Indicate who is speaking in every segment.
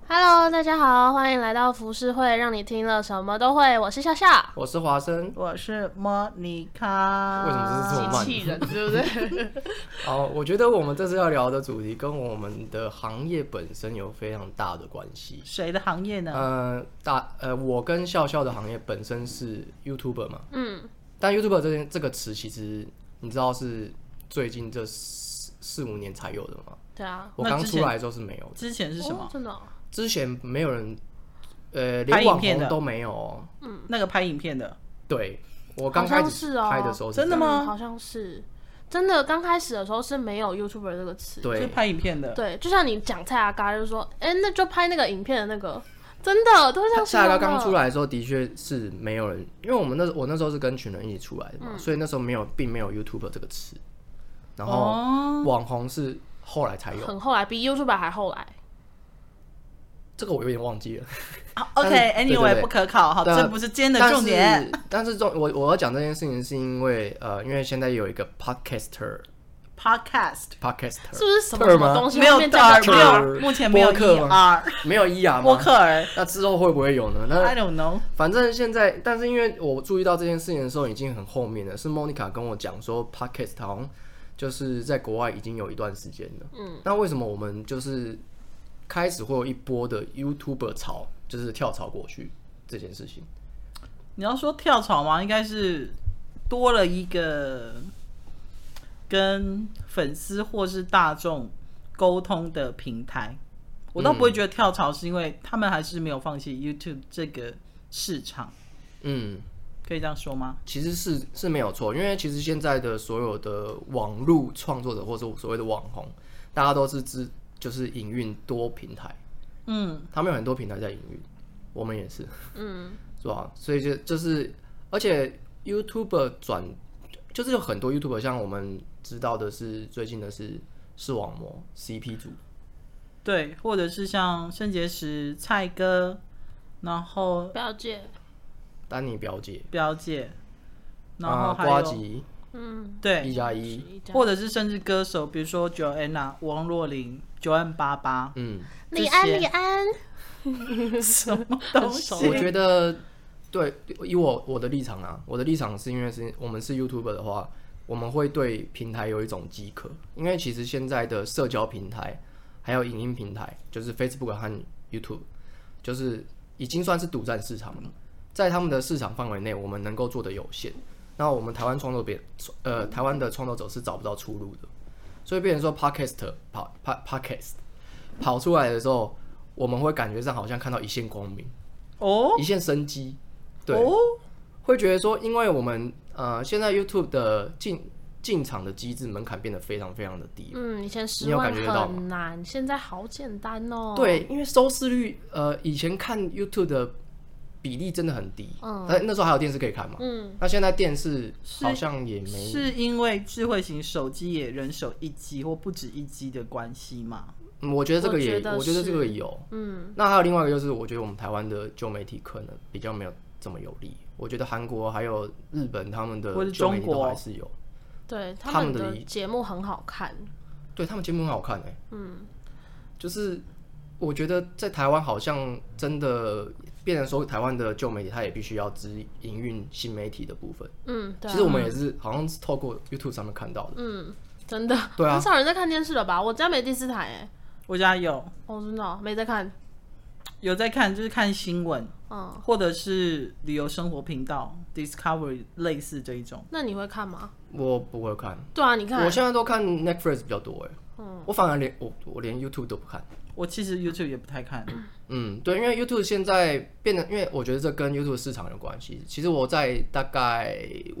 Speaker 1: Hello， 大家好，欢迎来到浮世会，让你听了什么都会。我是笑笑，
Speaker 2: 我是华生，
Speaker 3: 我是莫妮卡。
Speaker 2: 为什么这是这么慢？
Speaker 1: 机器人，对不对？
Speaker 2: 好，我觉得我们这次要聊的主题跟我们的行业本身有非常大的关系。
Speaker 3: 谁的行业呢？
Speaker 2: 我跟笑笑的行业本身是 YouTuber 嘛，但 YouTuber 这个词其实你知道是最近这4-5年才有的嘛？
Speaker 1: 对啊，
Speaker 2: 我刚出来的时候是没有的。
Speaker 3: 之前是什么？
Speaker 1: 真的哦？
Speaker 2: 之前没有人，连网红都没有哦。
Speaker 3: 那个拍影片的。
Speaker 2: 对，我刚开始拍的时候是
Speaker 3: 真的吗？
Speaker 1: 好像是真的。刚开始的时候是没有 YouTuber 这个词，
Speaker 2: 对，
Speaker 3: 就拍影片的。
Speaker 1: 对，就像你讲蔡阿嘎，就是说，那就拍那个影片的那个，真的都是这样。
Speaker 2: 蔡阿嘎刚出来的时候，的确是没有人，因为我那时候是跟群人一起出来的嘛，所以那时候并没有 YouTuber 这个词。然后网红是后来才有，
Speaker 1: 很后来，比 YouTuber 还后来。
Speaker 2: 这个我有点忘记了。
Speaker 3: OK，Anyway，不可考，好，这不是今天的重点。
Speaker 2: 但是我要讲这件事情是因为因为现在有一个 podcast
Speaker 1: 是不是什么东西？
Speaker 3: 没有 R， 目前没有 ER，
Speaker 2: 没有 ER 吗？
Speaker 3: 播客儿。
Speaker 2: 那之后会不会有呢
Speaker 3: ？I don't know。
Speaker 2: 反正现在，但是因为我注意到这件事情的时候已经很后面了，是 Monica 跟我讲说 podcast 好像就是在国外已经有一段时间了。那为什么我们就是开始会有一波的 YouTuber 潮，就是跳槽过去这件事情？
Speaker 3: 你要说跳槽吗？应该是多了一个跟粉丝或是大众沟通的平台。我倒不会觉得跳槽，是因为他们还是没有放弃 YouTube 这个市场。可以这样说吗？
Speaker 2: 其实是没有错，因为其实现在的所有的网络创作者或者所谓的网红，大家都是就是营运多平台。他们有很多平台在营运，我们也是。是吧？所以就是，而且 YouTuber 就是有很多 YouTuber， 像我们知道的是最近的是视网膜 CP 组，
Speaker 3: 对，或者是像圣结石、蔡哥，然后
Speaker 1: 表姐、
Speaker 2: 丹尼表姐，
Speaker 3: 然后还有
Speaker 2: 呱吉，
Speaker 3: 对
Speaker 2: 1+1，
Speaker 3: 或者是甚至歌手，比如说 Joanna、王若琳、9m88，
Speaker 1: 李安，
Speaker 3: 什么东西？
Speaker 2: 我觉得。对，以我的立场啊，我的立场是因为我们是 YouTuber 的话，我们会对平台有一种饥渴，因为其实现在的社交平台还有影音平台，就是 Facebook 和 YouTube， 就是已经算是独占市场了，在他们的市场范围内，我们能够做的有限。那我们台湾台湾的创作者是找不到出路的，所以变成说 Podcast 跑出来的时候，我们会感觉上好像看到一线光明，一线生机。对，会觉得说，因为我们现在 YouTube 的进场的机制门槛变得非常非常的低。
Speaker 1: 以前10万很难，现在好简单哦。
Speaker 2: 对，因为收视率以前看 YouTube 的比例真的很低，那时候还有电视可以看嘛。那现在电视好像也没。
Speaker 3: 是因为智慧型手机也人手一机或不止一机的关系吗？
Speaker 2: 我觉得这个也有。那还有另外一个就是，我觉得我们台湾的旧媒体可能比较没有这么有力。我觉得韩国还有日本他们的旧媒体都还是有，
Speaker 1: 对，他们的节目很好看，
Speaker 2: 对，他们节目很好看就是我觉得在台湾好像真的变成说台湾的旧媒体它也必须要营运新媒体的部分。对啊，其实我们也是好像是透过 YouTube 上面看到的。
Speaker 1: 真的，
Speaker 2: 对啊，
Speaker 1: 很少人在看电视了吧？我家没第4台
Speaker 3: 我家有。
Speaker 1: 真的没在看。
Speaker 3: 有在看，就是看新闻，或者是旅游生活频道 Discovery 类似这一种。
Speaker 1: 那你会看吗？
Speaker 2: 我不会看。
Speaker 1: 对啊，你看，
Speaker 2: 我现在都看 Netflix 比较多我反而我连 YouTube 都不看。
Speaker 3: 我其实 YouTube 也不太看。
Speaker 2: 对，因为 YouTube 现在变得，因为我觉得这跟 YouTube 市场有关系。其实我在大概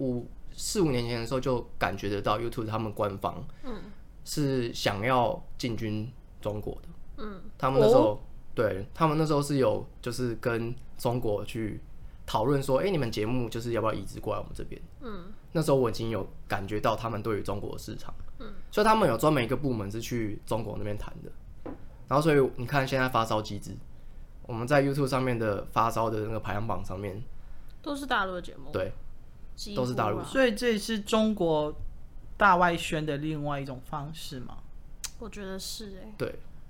Speaker 2: 4-5年前的时候就感觉得到 YouTube 他们官方是想要进军中国的。他们那时候。对，他们那时候是有就是跟中国去讨论说，你们节目就是要不要移植过来我们这边？那时候我已经有感觉到他们对于中国的市场，所以他们有专门一个部门是去中国那边谈的。然后所以你看现在发烧机制，我们在 YouTube 上面的发烧的那个排行榜上面，
Speaker 1: 都是大陆的节目。
Speaker 2: 对，都是大陆。
Speaker 3: 所以这也是中国大外宣的另外一种方式吗？
Speaker 1: 我觉得是
Speaker 2: 对。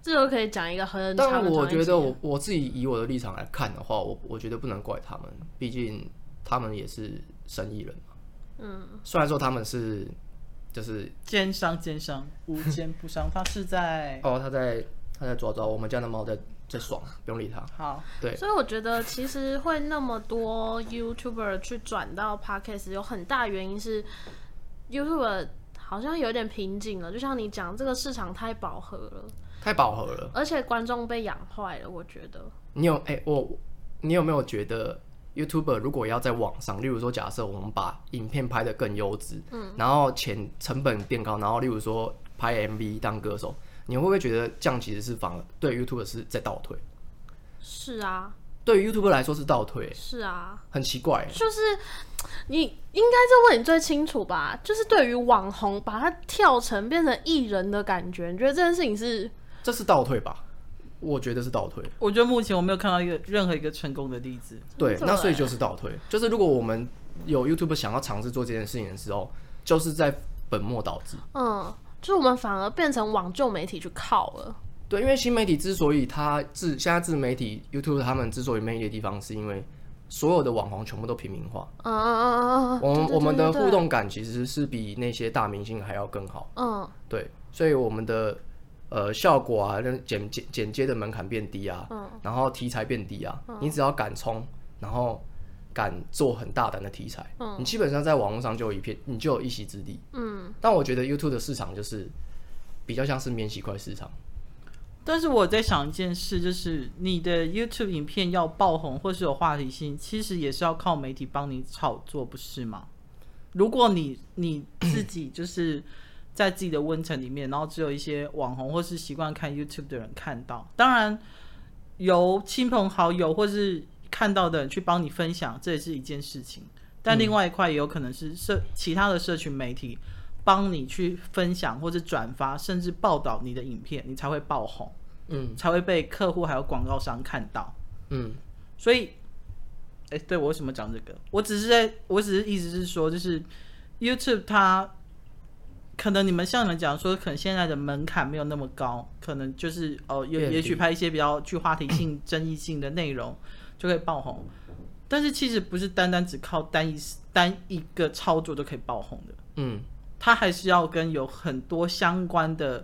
Speaker 1: 这就可以讲一个很长的
Speaker 2: 但我觉得
Speaker 1: 我
Speaker 2: 我自己以我的立场来看的话，我觉得不能怪他们，毕竟他们也是生意人嘛。虽然说他们是就是
Speaker 3: 奸商，无奸不商。他是在
Speaker 2: 他在抓我们家的猫在爽，不用理他。
Speaker 3: 好，
Speaker 2: 对，
Speaker 1: 所以我觉得其实会那么多 YouTuber 去转到 Podcast， 有很大原因是 YouTuber 好像有点瓶颈了，就像你讲，这个市场太饱和了，而且观众被养坏了。我觉得
Speaker 2: 你有没有觉得 YouTuber 如果要在网上，例如说假设我们把影片拍得更优质，然后成本变高，然后例如说拍 MV 当歌手，你会不会觉得这样其实是反而对 YouTuber 是在倒退？
Speaker 1: 是啊，
Speaker 2: 对于 YouTuber 来说是倒退，
Speaker 1: 是啊，
Speaker 2: 很奇怪。
Speaker 1: 就是你应该这问你最清楚吧？就是对于网红把它跳成变成艺人的感觉，你觉得这件事情
Speaker 2: 这是倒退吧？我觉得是倒退。
Speaker 3: 我觉得目前我没有看到任何一个成功的例子。
Speaker 2: 对，那所以就是倒退。就是如果我们有 YouTuber 想要尝试做这件事情的时候，就是在本末倒置。
Speaker 1: 就是我们反而变成往旧媒体去靠了。
Speaker 2: 对，因为新媒体之所以现在自媒体 YouTube 他们之所以魅力的地方，是因为所有的网红全部都平民化。我们的互动感其实是比那些大明星还要更好。对，所以我们的效果啊，剪接的门槛变低啊，然后题材变低啊，你只要敢冲，然后敢做很大胆的题材，你基本上在网络上你就有一席之地。但我觉得 YouTube 的市场就是比较像是免洗块市场。
Speaker 3: 但是我在想一件事，就是你的 YouTube 影片要爆红或是有话题性，其实也是要靠媒体帮你炒作，不是吗？如果你自己就是在自己的温层里面，然后只有一些网红或是习惯看 YouTube 的人看到，当然由亲朋好友或是看到的人去帮你分享，这也是一件事情。但另外一块也有可能是其他的社群媒体帮你去分享或者转发，甚至报道你的影片，你才会爆红，才会被客户还有广告商看到。所以对，我为什么讲这个？我只是意思是说，就是 YouTube 它可能像你们讲说，可能现在的门槛没有那么高，可能就是也许拍一些比较具话题性、争议性的内容就可以爆红。但是其实不是单单只靠单一个操作就可以爆红的。它还是要跟有很多相关的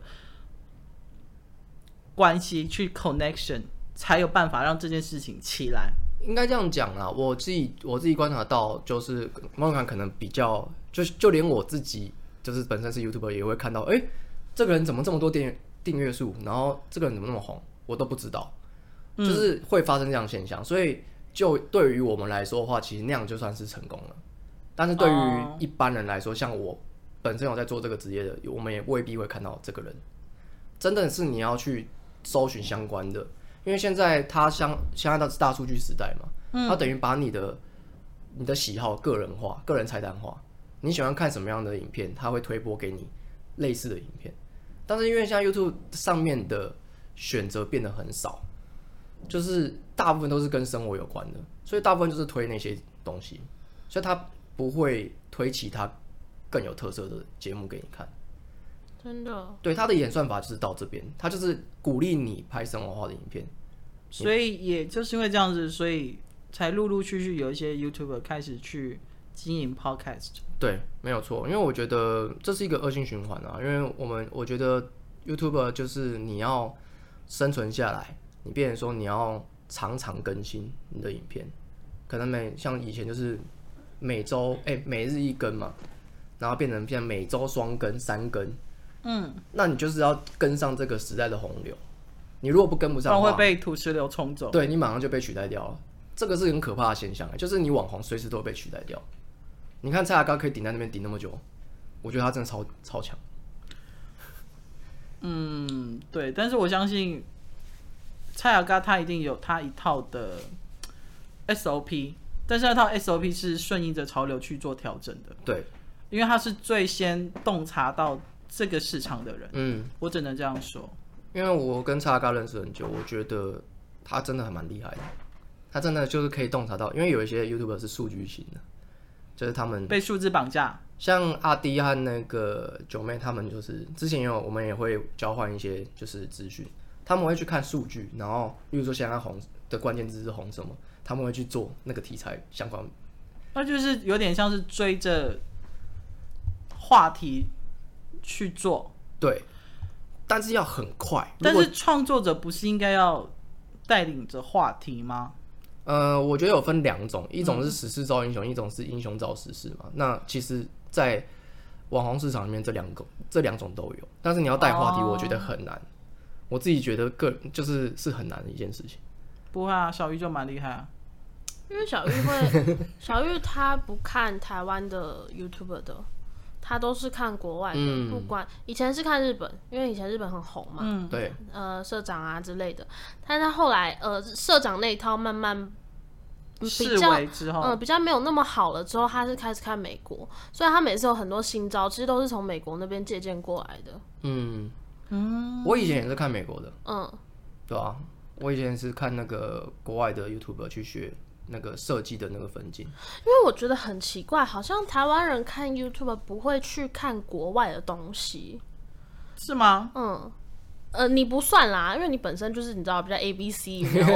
Speaker 3: 关系去 connection， 才有办法让这件事情起来。
Speaker 2: 应该这样讲啦，我自己观察到，就是门槛可能比较，就连我自己就是本身是 YouTuber 也会看到，这个人怎么这么多订阅数，然后这个人怎么那么红，我都不知道，就是会发生这样的现象。所以就对于我们来说的话，其实那样就算是成功了。但是对于一般人来说，像我本身有在做这个职业的，我们也未必会看到这个人。真的是你要去搜寻相关的，因为现在现在是大数据时代嘛，它等于把你的喜好个人化、个人菜单化。你喜欢看什么样的影片，它会推播给你类似的影片。但是因为现在 YouTube 上面的选择变得很少，就是大部分都是跟生活有关的，所以大部分就是推那些东西，所以它不会推其他更有特色的节目给你看。
Speaker 1: 真的，
Speaker 2: 对，它的演算法就是到这边，它就是鼓励你拍生活化的影片。
Speaker 3: 所以也就是因为这样子，所以才陆陆续续有一些 YouTuber 开始去经营 Podcast。
Speaker 2: 对，没有错，因为我觉得这是一个恶性循环啊。因为我觉得 YouTuber 就是你要生存下来，你变成说你要常常更新你的影片，可能像以前就是每日一更嘛，然后变成现在每周双更、3更。那你就是要跟上这个时代的洪流。你如果不跟不上的话，
Speaker 3: 不然会被土石流冲走。
Speaker 2: 对，你马上就被取代掉了。这个是很可怕的现象，就是你网红随时都会被取代掉。你看蔡雅刚可以顶在那边顶那么久，我觉得他真的超强。
Speaker 3: 对，但是我相信蔡雅刚他一定有他一套的 SOP， 但是那套 SOP 是顺应着潮流去做调整的。
Speaker 2: 对，
Speaker 3: 因为他是最先洞察到这个市场的人。我只能这样说。
Speaker 2: 因为我跟蔡雅刚认识很久，我觉得他真的还蛮厉害的。他真的就是可以洞察到，因为有一些 YouTuber 是数据型的，就是他们
Speaker 3: 被数字绑架。
Speaker 2: 像阿滴和那个九妹，他们就是之前我们也会交换一些就是资讯， 他们会去看数据，然后例如说现在红的关键字是红什么，他们会去做那个题材相关。
Speaker 3: 那就是有点像是追着话题去做，
Speaker 2: 对，但是要很快。
Speaker 3: 但是创作者不是应该要带领着话题吗？
Speaker 2: 我觉得有分两种，一种是时势造英雄，一种是英雄造时势嘛。那其实，在网红市场里面，这两种都有，但是你要带话题，我觉得很难。我自己觉得是很难的一件事情。
Speaker 3: 不会啊，小玉就蛮厉害啊。
Speaker 1: 因为小玉他不看台湾的 YouTuber 的，他都是看国外的，不管以前是看日本，因为以前日本很红嘛，
Speaker 2: 对，
Speaker 1: 社长啊之类的，但是他后来社长那一套慢慢
Speaker 3: 式微之后，
Speaker 1: 比较没有那么好了之后，他是开始看美国，所以他每次有很多新招，其实都是从美国那边借鉴过来的。
Speaker 2: 我以前也是看美国的，对啊，我以前是看那个国外的 YouTuber 去学那个设计的那个分镜，
Speaker 1: 因为我觉得很奇怪，好像台湾人看 YouTube 不会去看国外的东西，
Speaker 3: 是吗？
Speaker 1: 你不算啦，因为你本身就是你知道比较 ABC，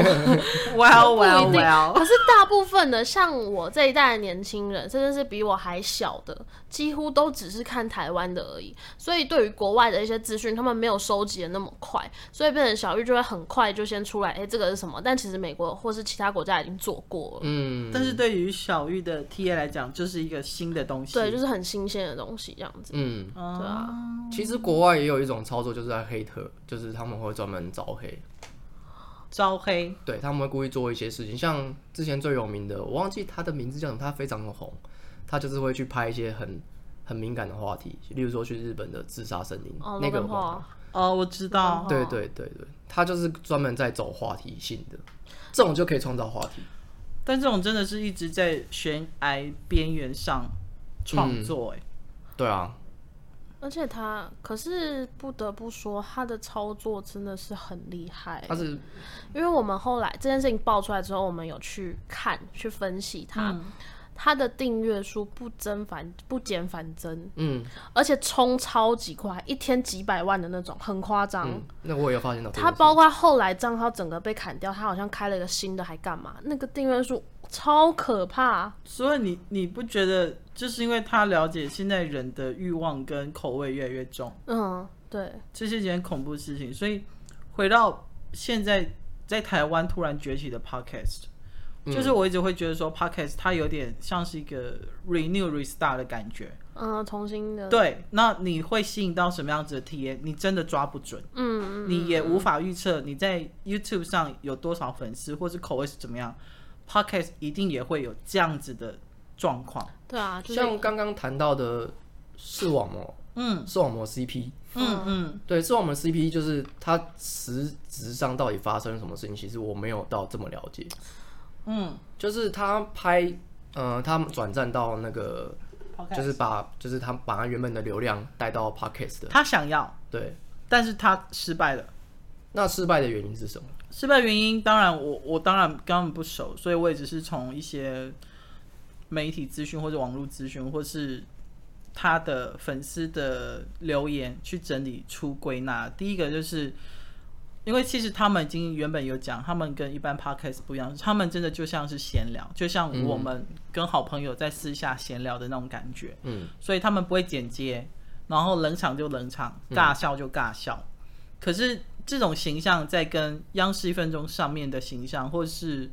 Speaker 3: well，
Speaker 1: 可是大部分的像我这一代的年轻人，甚至是比我还小的，几乎都只是看台湾的而已。所以对于国外的一些资讯，他们没有收集的那么快，所以变成小玉就会很快就先出来，这个是什么？但其实美国或是其他国家已经做过了。
Speaker 3: 但是对于小玉的 TA 来讲，就是一个新的东西，
Speaker 1: 对，就是很新鲜的东西这样子。对啊。
Speaker 2: 其实国外也有一种操作，就是在黑特，就是他们会专门招黑，对，他们会故意做一些事情，像之前最有名的，我忘记他的名字叫什么，他非常的红，他就是会去拍一些很敏感的话题，例如说去日本的自杀森林，那个
Speaker 3: 我知道，
Speaker 2: 对，他就是专门在走话题性的，这种就可以创造话题，
Speaker 3: 但这种真的是一直在悬崖边缘上创作，
Speaker 2: 对啊。
Speaker 1: 而且可是不得不说，他的操作真的是很厉害。因为我们后来这件事情爆出来之后，我们有去去分析他的订阅数不减反增，而且冲超级快，一天几百万的那种，很夸张。
Speaker 2: 那我也有发现到，
Speaker 1: 他包括后来账号整个被砍掉，他好像开了一个新的，还干嘛？那个订阅数超可怕。
Speaker 3: 所以你不觉得就是因为他了解现在人的欲望跟口味越来越重？
Speaker 1: 对，
Speaker 3: 这是一件恐怖的事情。所以回到现在在台湾突然崛起的 Podcast。就是我一直会觉得说 Podcast 它有点像是一个 restart 的感觉，
Speaker 1: 重新的。
Speaker 3: 对，那你会吸引到什么样子的 TA？ 你真的抓不准，你也无法预测你在 YouTube 上有多少粉丝，或是口味是怎么样。Podcast 一定也会有这样子的状况。
Speaker 1: 对啊，
Speaker 2: 像刚刚谈到的视网膜，视网膜 CP，对，视网膜 CP 就是它实质上到底发生了什么事情，其实我没有到这么了解。就是他拍，他转战到那个，就是他把他原本的流量带到 Podcast 的，
Speaker 3: 他想要，
Speaker 2: 对，
Speaker 3: 但是他失败了。
Speaker 2: 那失败的原因是什么？
Speaker 3: 失败原因当然我当然根本不熟，所以我也只是从一些媒体资讯或者网络资讯，或是他的粉丝的留言去整理出归纳。第一个就是。因为其实他们已经原本有讲，他们跟一般 podcast 不一样，他们真的就像是闲聊，就像我们跟好朋友在私下闲聊的那种感觉。所以他们不会剪接，然后冷场就冷场，尬笑就尬笑。可是这种形象在跟央视1分钟上面的形象，或是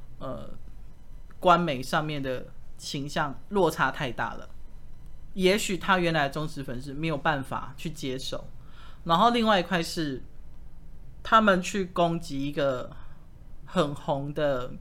Speaker 3: 官媒上面的形象落差太大了，也许他原来的忠实粉丝没有办法去接受。然后另外一块是。他们去攻击一个很红的，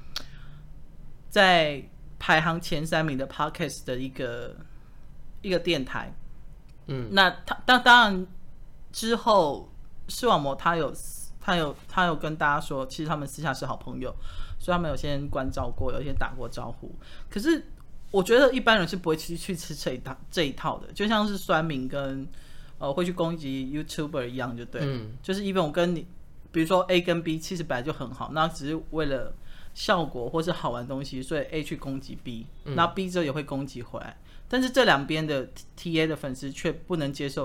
Speaker 3: 在排行前3名的 Podcast 的一个电台，那当然之后视网膜他有跟大家说，其实他们私下是好朋友，所以他们有先关照过，有先打过招呼。可是我觉得一般人是不会去吃这一套的，就像是酸民跟。会去攻击 YouTuber 一样就对了，就是 even 我跟你，比如说 A 跟 B 其实本来就很好，那只是为了效果或是好玩东西，所以 A 去攻击 B，那 B 之后也会攻击回来，但是这两边的 TA 的粉丝却不能接受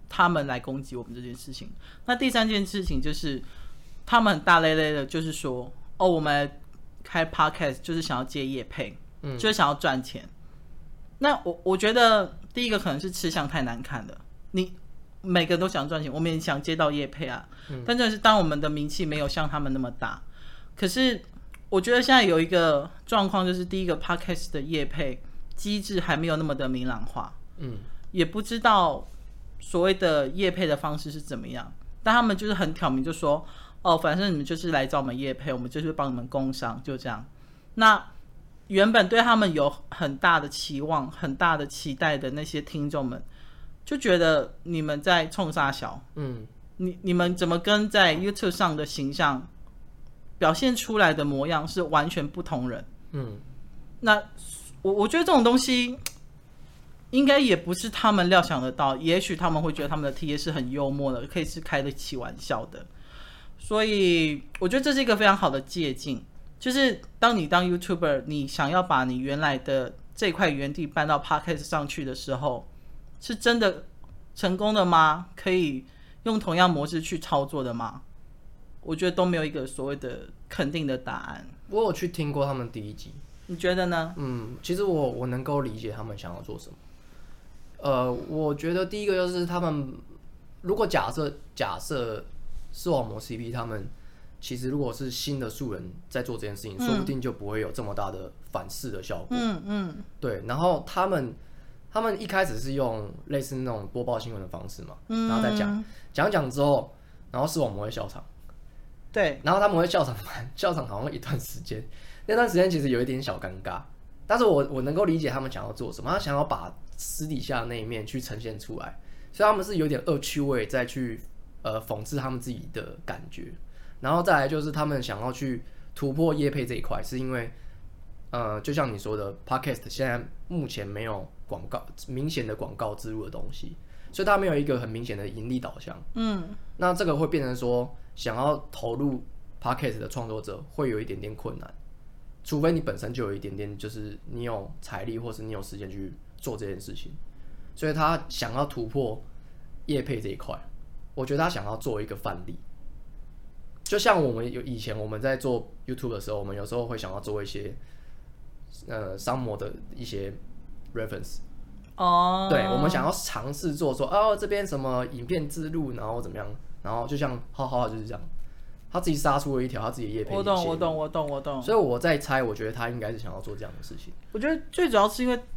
Speaker 3: 他们来攻击我们这件事情。那第三件事情就是他们很大咧咧的，就是说我们开 podcast 就是想要接业配，就是想要赚钱。那我觉得第一个可能是吃相太难看了，你每个人都想赚钱，我们也想接到业配啊，但真的是当我们的名气没有像他们那么大，可是我觉得现在有一个状况，就是第一个 podcast 的业配机制还没有那么的明朗化，也不知道所谓的业配的方式是怎么样，但他们就是很挑明，就说反正你们就是来找我们业配，我们就是帮你们工商，就这样。那原本对他们有很大的期望、很大的期待的那些听众们，就觉得你们在冲啥小？你们怎么跟在 YouTube 上的形象表现出来的模样是完全不同人？那我觉得这种东西应该也不是他们料想得到，也许他们会觉得他们的 TA 是很幽默的，可以是开得起玩笑的，所以我觉得这是一个非常好的借鉴。就是当你当 YouTuber， 你想要把你原来的这块原地搬到 Podcast 上去的时候，是真的成功的吗？可以用同样模式去操作的吗？我觉得都没有一个所谓的肯定的答案。
Speaker 2: 我有去听过他们第一集，
Speaker 3: 你觉得呢？
Speaker 2: 其实我能够理解他们想要做什么。我觉得第一个就是他们如果假设视网膜 CP 他们其实如果是新的素人在做这件事情，说不定就不会有这么大的反噬的效果。对。然后他们一开始是用类似那种播报新闻的方式嘛，然后再讲之后，然后视网膜会笑场。
Speaker 3: 对。
Speaker 2: 然后他们会笑场好像一段时间，那段时间其实有一点小尴尬，但是我能够理解他们想要做什么，他想要把私底下那一面去呈现出来，所以他们是有点恶趣味再去讽刺他们自己的感觉。然后再来就是他们想要去突破业配这一块，是因为就像你说的 Podcast 现在目前没有明显的广告植入的东西，所以它没有一个很明显的盈利导向。那这个会变成说想要投入 Podcast 的创作者会有一点点困难，除非你本身就有一点点就是你有财力或是你有时间去做这件事情，所以他想要突破业配这一块，我觉得他想要做一个范例。就像以前我们在做 YouTube 的时候，我们有时候会想要做一些商模的一些 reference。对，我们想要尝试做说这边什么影片自录，然后怎么样，然后就像浩就是这样，他自己杀出了一条他自己的业配。我
Speaker 3: 懂。
Speaker 2: 所以我在猜，我觉得他应该是想要做这样的事情。
Speaker 3: 我觉得最主要是因为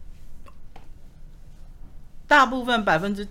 Speaker 3: 大部分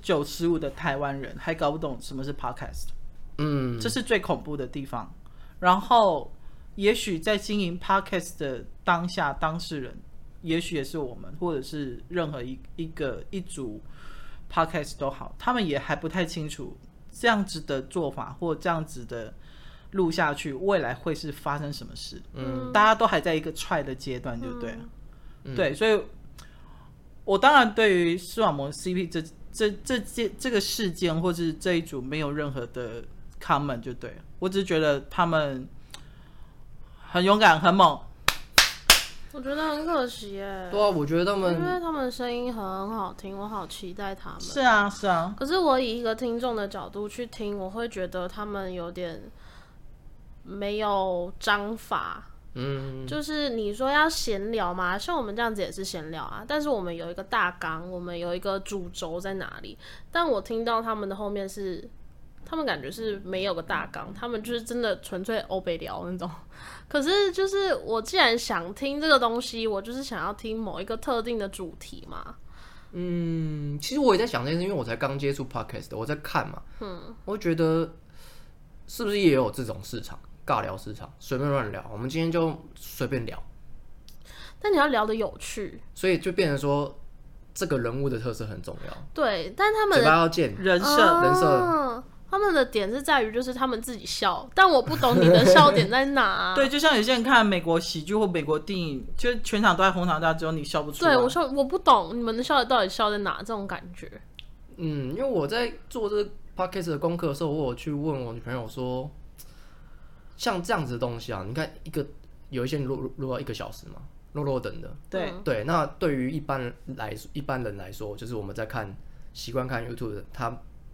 Speaker 3: 95%的台湾人还搞不懂什么是 podcast。这是最恐怖的地方。然后，也许在经营 podcast 的当下，当事人，也许也是我们，或者是任何一组 podcast 都好，他们也还不太清楚这样子的做法或这样子的录下去，未来会是发生什么事。大家都还在一个 try 的阶段，对不对？对，所以我当然对于视网膜 CP 这个事件或是这一组没有任何的comment 就对了，我只是觉得他们很勇敢很猛。
Speaker 1: 我觉得很可惜耶。
Speaker 2: 对啊，我觉得因
Speaker 1: 为他们声音很好听，我好期待他们。
Speaker 3: 是啊。
Speaker 1: 可是我以一个听众的角度去听，我会觉得他们有点没有章法。就是你说要闲聊嘛，像我们这样子也是闲聊啊，但是我们有一个大纲，我们有一个主轴在哪里。但我听到他们的后面是，他们感觉是没有个大纲，他们就是真的纯粹欧北聊那种。可是就是我既然想听这个东西，我就是想要听某一个特定的主题嘛。
Speaker 2: 其实我也在想这件事，因为我才刚接触 podcast， 我在看嘛，我觉得是不是也有这种市场，尬聊市场，随便乱聊。我们今天就随便聊，
Speaker 1: 但你要聊得有趣，
Speaker 2: 所以就变成说这个人物的特色很重要。
Speaker 1: 对，但他们的
Speaker 2: 嘴巴要贱，
Speaker 3: 人设。
Speaker 1: 他们的点是在于就是他们自己笑，但我不懂你的笑点在哪啊。
Speaker 3: 对，就像有些人看美国喜剧或美国电影，就全场都在哄堂大笑，只有你笑不出来。
Speaker 1: 对，我不懂你们的笑点到底笑在哪，这种感觉。
Speaker 2: 因为我在做这个 podcast 的功课的时候，我有去问我女朋友说，像这样子的东西啊，你看有一些人录到1个小时嘛，落等的。对，那对于一般人来说，就是我们在习惯看 YouTube 的，他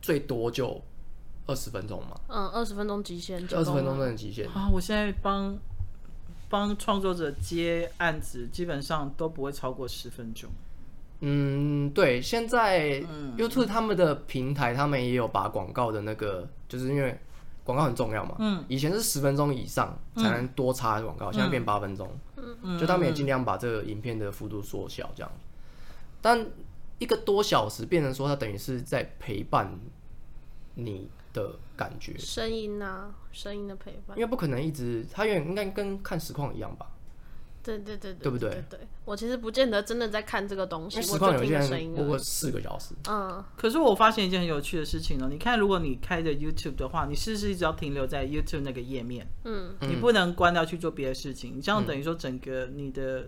Speaker 2: 最多就20分钟嘛。
Speaker 1: 20分钟极限。
Speaker 2: 20分钟真的极限
Speaker 3: 啊！我现在帮创作者接案子，基本上都不会超过10分钟。
Speaker 2: 对，现在 YouTube 他们的平台，他们也有把广告的那个，就是因为广告很重要嘛。以前是10分钟以上才能多插广告，现在变8分钟。就他们也尽量把这个影片的幅度缩小，这样。但1个多小时变成说，它等于是在陪伴你的感觉。
Speaker 1: 声音的陪伴。
Speaker 2: 因为不可能一直，它应该跟看实况一样吧？
Speaker 1: 对
Speaker 2: 不对？
Speaker 1: 对，我其实不见得真的在看这个东西，
Speaker 2: 因为实况有些
Speaker 1: 人
Speaker 2: 播过4个小时。
Speaker 3: 可是我发现一件很有趣的事情哦，你看，如果你开着 YouTube 的话，你是不是一直要停留在 YouTube 那个页面？你不能关掉去做别的事情，你这样等于说整个你的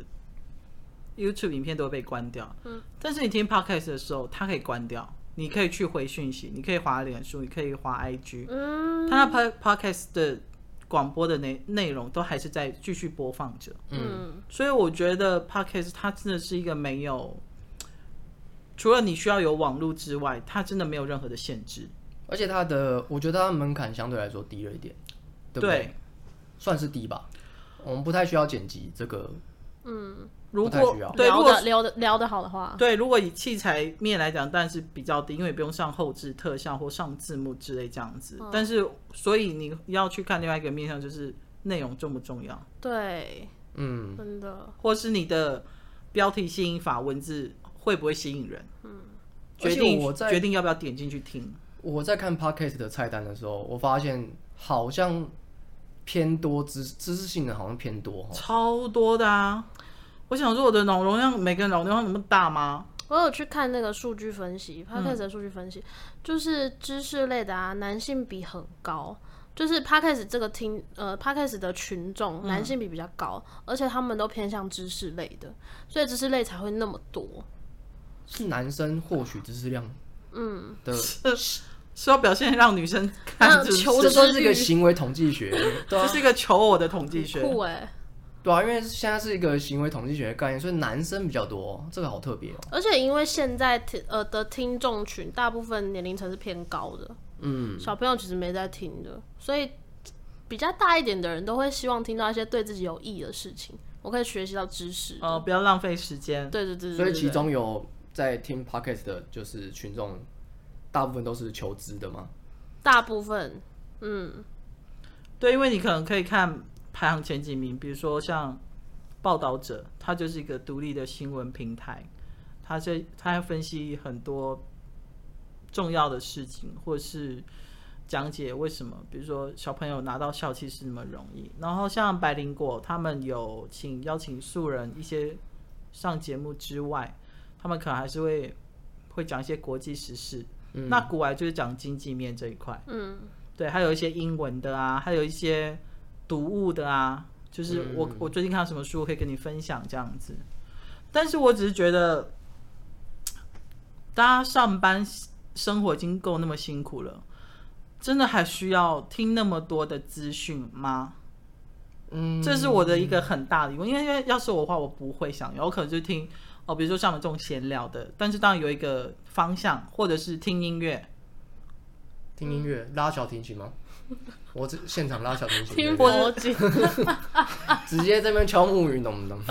Speaker 3: YouTube 影片都会被关掉。但是你听 Podcast 的时候，它可以关掉，你可以去回讯息，你可以滑脸书，你可以滑 IG。它那 Podcast 的广播的内容都还是在继续播放着。所以我觉得 Podcast 它真的是一个没有，除了你需要有网络之外，它真的没有任何的限制。
Speaker 2: 而且我觉得它的门槛相对来说低了一点，对不对？算是低吧。我们不太需要剪辑这个。
Speaker 3: 如果
Speaker 1: 聊得好的话，
Speaker 3: 对，如果以器材面来讲，当然是比较低，因为不用上后置特效或上字幕之类这样子。但是，所以你要去看另外一个面向，就是内容重不重要？
Speaker 1: 对，真的，
Speaker 3: 或是你的标题吸引法、文字会不会吸引人？决定要不要点进去听。
Speaker 2: 我在看 Podcast 的菜单的时候，我发现好像偏多知识性的，好像偏多，
Speaker 3: 超多的啊！我想说，我的脑容量，每个人脑容量那么大吗？
Speaker 1: 我有去看那个数据分析 ，Podcast 的数据分析，就是知识类的啊，男性比很高，就是 Podcast 这个Podcast 的群众男性比较高，而且他们都偏向知识类的，所以知识类才会那么多。
Speaker 2: 是男生获取知识量，的
Speaker 3: 是要表现让女生看知识，
Speaker 2: 这是一个行为统计学，
Speaker 3: 这是一个求偶的统计学，
Speaker 1: 酷欸。
Speaker 2: 对啊，因为现在是一个行为统计学的概念，所以男生比较多，这个好特别哦。
Speaker 1: 而且因为现在的听众群大部分年龄层是偏高的，小朋友其实没在听的，所以比较大一点的人都会希望听到一些对自己有益的事情，我可以学习到知识。
Speaker 3: 不要浪费时间。
Speaker 1: 对。
Speaker 2: 所以其中有在听 Podcast 的，就是群众，大部分都是求知的吗？
Speaker 1: 大部分，
Speaker 3: 对，因为你可能可以看排行前几名，比如说像报道者，它就是一个独立的新闻平台，它会分析很多重要的事情，或是讲解为什么，比如说小朋友拿到校庆是那么容易。然后像百灵果，他们有邀请素人一些上节目之外，他们可能还是会讲一些国际时事。那古来就是讲经济面这一块。对，还有一些英文的啊，还有一些读物的啊，就是我最近看到什么书可以跟你分享这样子。但是我只是觉得，大家上班生活已经够那么辛苦了，真的还需要听那么多的资讯吗？这是我的一个很大的疑问。因为要是我的话，我不会想要，我可能就听比如说像我们这种闲聊的，但是当然有一个方向，或者是听音乐。
Speaker 2: 听音乐拉小提琴吗？我现场拉小提琴，
Speaker 1: 听佛经，
Speaker 2: 直接这边敲木鱼，懂不懂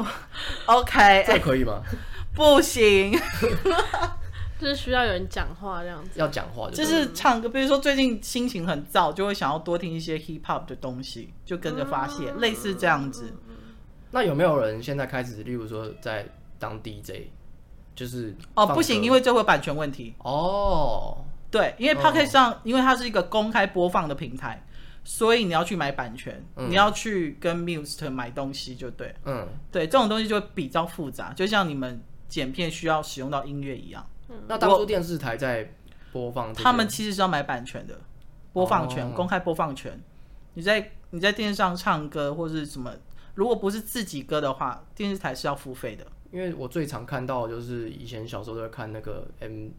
Speaker 3: ？OK，
Speaker 2: 这可以吗？
Speaker 3: 不行，
Speaker 1: 就是需要有人讲话这样子。
Speaker 2: 要讲话
Speaker 3: 就是唱歌，比如说最近心情很燥，就会想要多听一些 hip hop 的东西，就跟着发泄，类似这样子。
Speaker 2: 那有没有人现在开始，例如说在当 DJ， 就是
Speaker 3: 不行，因为这会有版权问题。对，因为 Podcast 上，因为它是一个公开播放的平台，所以你要去买版权，你要去跟 Muse 买东西就对。对，这种东西就会比较复杂，就像你们剪片需要使用到音乐一样。
Speaker 2: 那当初电视台在播放，
Speaker 3: 他们其实是要买版权的，播放权，公开播放权。你在电视上唱歌或是什么，如果不是自己歌的话，电视台是要付费的。
Speaker 2: 因为我最常看到的就是以前小时候都会看那个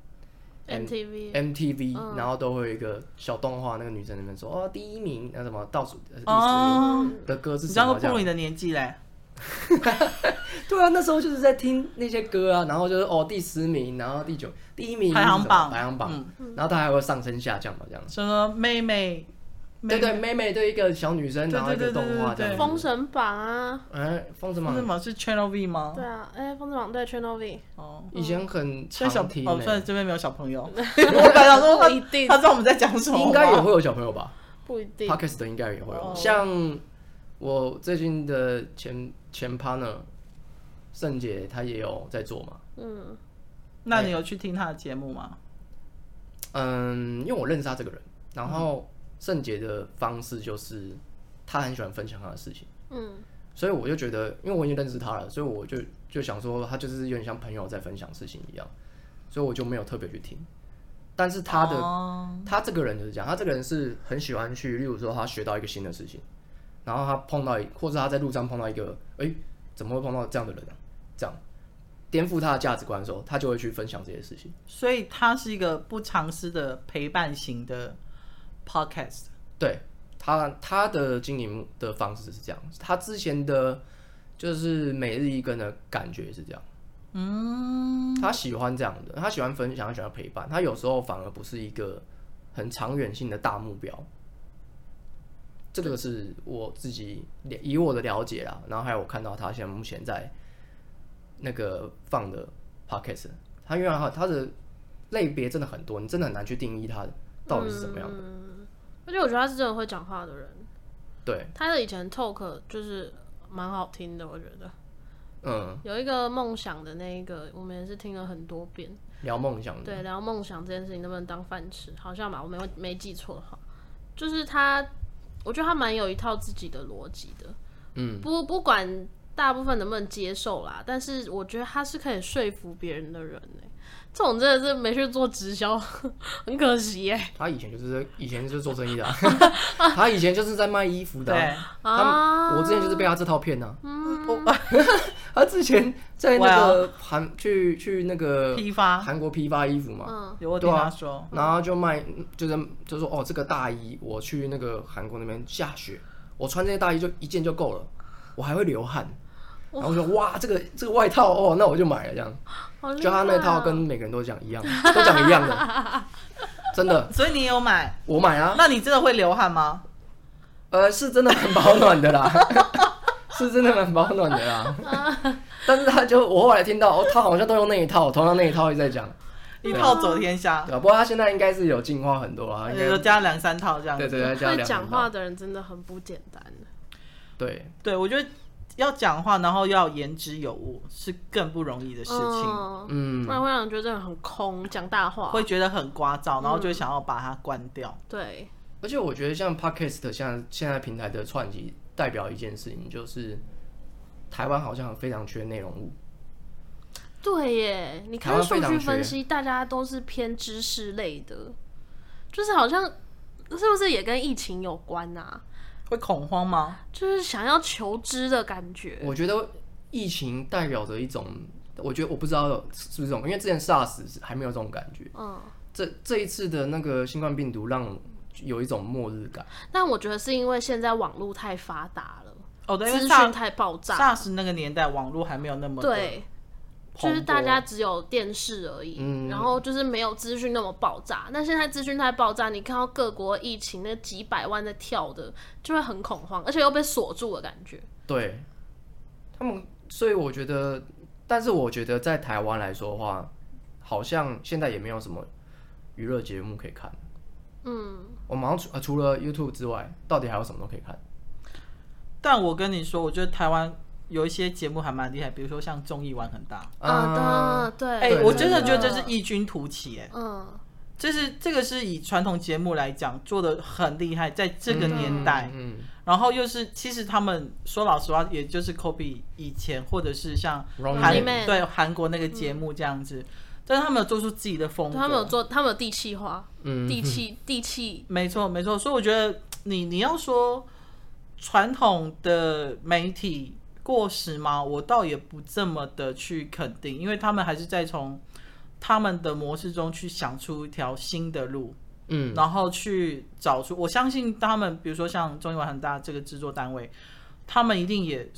Speaker 2: MTV，然后都会有一个小动画，那个女生那边说第一名，那什么倒数第10名的歌是什么？
Speaker 3: 你这样都步入你的年纪嘞。
Speaker 2: 对啊，那时候就是在听那些歌啊，然后就是第10名，然后第1名
Speaker 3: 排行榜，
Speaker 2: 然后它还会上升下降嘛，这样。
Speaker 3: 什么妹妹，
Speaker 2: 对对，妹妹对一个小女生，然后一个动画这样。
Speaker 1: 封神榜啊，
Speaker 2: 封神榜，
Speaker 3: 封神榜是 Channel V 吗？
Speaker 1: 对啊，封神榜对 Channel V。
Speaker 2: 以前很常听。
Speaker 3: 虽然这边没有小朋友，我本来想说
Speaker 1: 不一定，
Speaker 3: 他知道我们在讲什么，
Speaker 2: 应该也会有小朋友吧？
Speaker 1: 不一定
Speaker 2: ，Podcast 应该也会有。像我最近的前 partner 盛姐，她也有在做嘛。
Speaker 3: 那你有去听她的节目吗？
Speaker 2: 因为我认识她这个人，然后盛姐的方式就是她很喜欢分享她的事情。所以我就觉得，因为我已经认识她了，所以我就想说，她就是有点像朋友在分享事情一样，所以我就没有特别去听。但是他这个人就是这样，他这个人是很喜欢去，例如说他学到一个新的事情，然后他碰到或者他在路上碰到一个，怎么会碰到这样的人啊？这样颠覆他的价值观的时候，他就会去分享这些事情。
Speaker 3: 所以他是一个不藏私的陪伴型的 podcast。
Speaker 2: 对，他的经营的方式是这样，他之前的就是每日一更的感觉也是这样。他喜欢这样的，他喜欢分享，他喜欢陪伴，他有时候反而不是一个很长远性的大目标。这个是我自己以我的了解啦，然后还有我看到他现在目前在那个放的 podcast， 他因为他的类别真的很多，你真的很难去定义他到底是什么样的。
Speaker 1: 而且我觉得他是真的会讲话的人。
Speaker 2: 对，
Speaker 1: 他的以前 talk 就是蛮好听的，我觉得。有一个梦想的那一个，我们也是听了很多遍。
Speaker 2: 聊梦想的，
Speaker 1: 对，聊梦想这件事情能不能当饭吃，好像吧，我没记错的话，就是他，我觉得他蛮有一套自己的逻辑的。不管大部分能不能接受啦，但是我觉得他是可以说服别人的人欸。这种真的是没去做直销，很可惜耶。
Speaker 2: 他以前就是做生意的、他以前就是在卖衣服的、我之前就是被他这套骗的、他之前在那个去那个
Speaker 3: 批发
Speaker 2: 韩国批发衣服嘛，
Speaker 3: 有我听他说，
Speaker 2: 然后就卖，就说这个大衣我去那个韩国那边下雪，我穿这些大衣就一件就够了，我还会流汗。然后我说哇，这个外套那我就买了这样，就他那套跟每个人都讲一样，都讲一样的，真的。
Speaker 3: 所以你也有买？
Speaker 2: 我买啊。
Speaker 3: 那你真的会流汗吗？
Speaker 2: 是真的蛮保暖的啦，是真的蛮保暖的啦。但是我后来听到他好像都用那一套，同样那一套一直在讲，
Speaker 3: 一套走天下。
Speaker 2: 对，不过他现在应该是有进化很多啦，应该
Speaker 3: 有加2-3套这样子。
Speaker 2: 对，加2-3套。
Speaker 1: 会讲话的人真的很不简单。
Speaker 2: 对，
Speaker 3: 我觉得。要讲话，然后要言之有物，是更不容易的事情。
Speaker 1: 不然会让人觉得很空，讲大话，
Speaker 3: 会觉得很聒噪，然后就会想要把它关掉。
Speaker 1: 对，
Speaker 2: 而且我觉得像 Podcast 现在平台的串集，代表一件事情，就是台湾好像非常缺内容物。
Speaker 1: 对耶，你看数据分析，大家都是偏知识类的，就是好像是不是也跟疫情有关啊？
Speaker 3: 会恐慌吗？
Speaker 1: 就是想要求知的感觉。
Speaker 2: 我觉得疫情代表着一种，我不知道是不是这种，因为之前 SARS 还没有这种感觉。这一次的那个新冠病毒让有一种末日感。
Speaker 1: 但我觉得是因为现在网络太发达了，
Speaker 3: 对，
Speaker 1: 资讯太爆炸。
Speaker 3: SARS 那个年代网络还没有那么
Speaker 1: 对。就是大家只有电视而已，然后就是没有资讯那么爆炸。那现在资讯太爆炸，你看到各国疫情那几百万在跳的，就会很恐慌，而且又被锁住的感觉。
Speaker 2: 对，所以我觉得，但是我觉得在台湾来说的话，好像现在也没有什么娱乐节目可以看。我们好像除了 YouTube 之外，到底还有什么都可以看？
Speaker 3: 但我跟你说，我觉得台湾有一些节目还蛮厉害，比如说像综艺玩很大
Speaker 1: 对，
Speaker 3: 我真的觉得这是异军突起，就是这个是以传统节目来讲做的很厉害，在这个年代，然后又是其实他们说老实话，也就是 copy 以前或者是像韩国那个节目这样子，但是他们有做出自己的风格，
Speaker 1: 他们有地气化，地气，
Speaker 3: 没错，所以我觉得你要说传统的媒体过时吗？我倒也不这么的去肯定，因为他们还是在从他们的模式中去想出一条新的路，然后去找出。我相信他们，比如说像综艺玩很大这个制作单位，他们一定也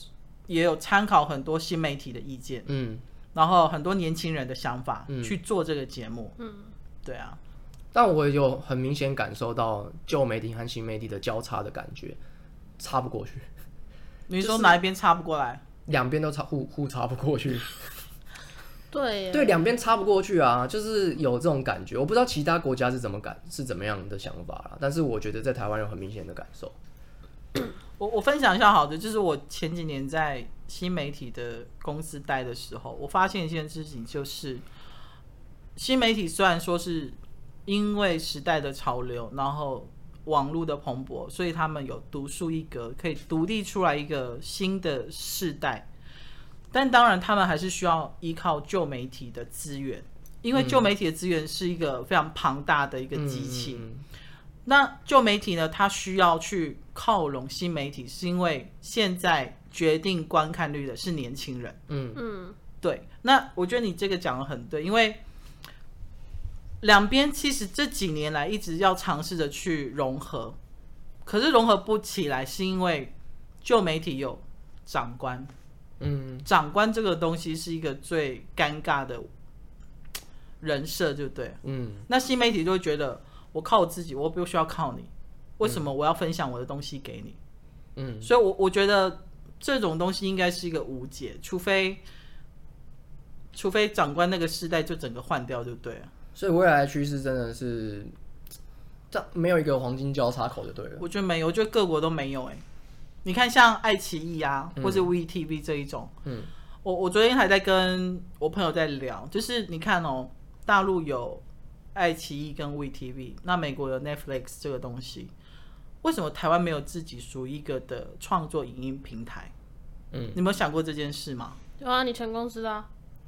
Speaker 3: 也有参考很多新媒体的意见，然后很多年轻人的想法，去做这个节目，对啊。
Speaker 2: 但我有很明显感受到旧媒体和新媒体的交叉的感觉，插不过去。
Speaker 3: 你说哪一边插不过来？
Speaker 2: 两边都互插不过去。
Speaker 1: 对，
Speaker 2: 两边插不过去啊，就是有这种感觉。我不知道其他国家是怎么样的想法啦，但是我觉得在台湾有很明显的感受。
Speaker 3: 我分享一下好的，就是我前几年在新媒体的公司待的时候，我发现一件事情，就是新媒体虽然说是因为时代的潮流，然后网络的蓬勃，所以他们有独树一格，可以独立出来一个新的世代。但当然，他们还是需要依靠旧媒体的资源，因为旧媒体的资源是一个非常庞大的一个机器。那旧媒体呢，它需要去靠拢新媒体，是因为现在决定观看率的是年轻人。对。那我觉得你这个讲得很对，因为两边其实这几年来一直要尝试着去融合，可是融合不起来，是因为旧媒体有长官。长官这个东西是一个最尴尬的人设，对不对？那新媒体就会觉得我靠我自己，我不需要靠你，为什么我要分享我的东西给你？所以我觉得这种东西应该是一个无解，除非长官那个世代就整个换掉，对不对？
Speaker 2: 所以未来的趋势真的是，没有一个黄金交叉口就对了。
Speaker 3: 我觉得没有，我觉得各国都没有你看像爱奇艺啊，或是 VTV 这一种，我昨天还在跟我朋友在聊，就是你看大陆有爱奇艺跟 VTV， 那美国有 Netflix 这个东西，为什么台湾没有自己属于一个的创作影音平台？你有没有想过这件事吗？
Speaker 1: 有啊，你前公司啊。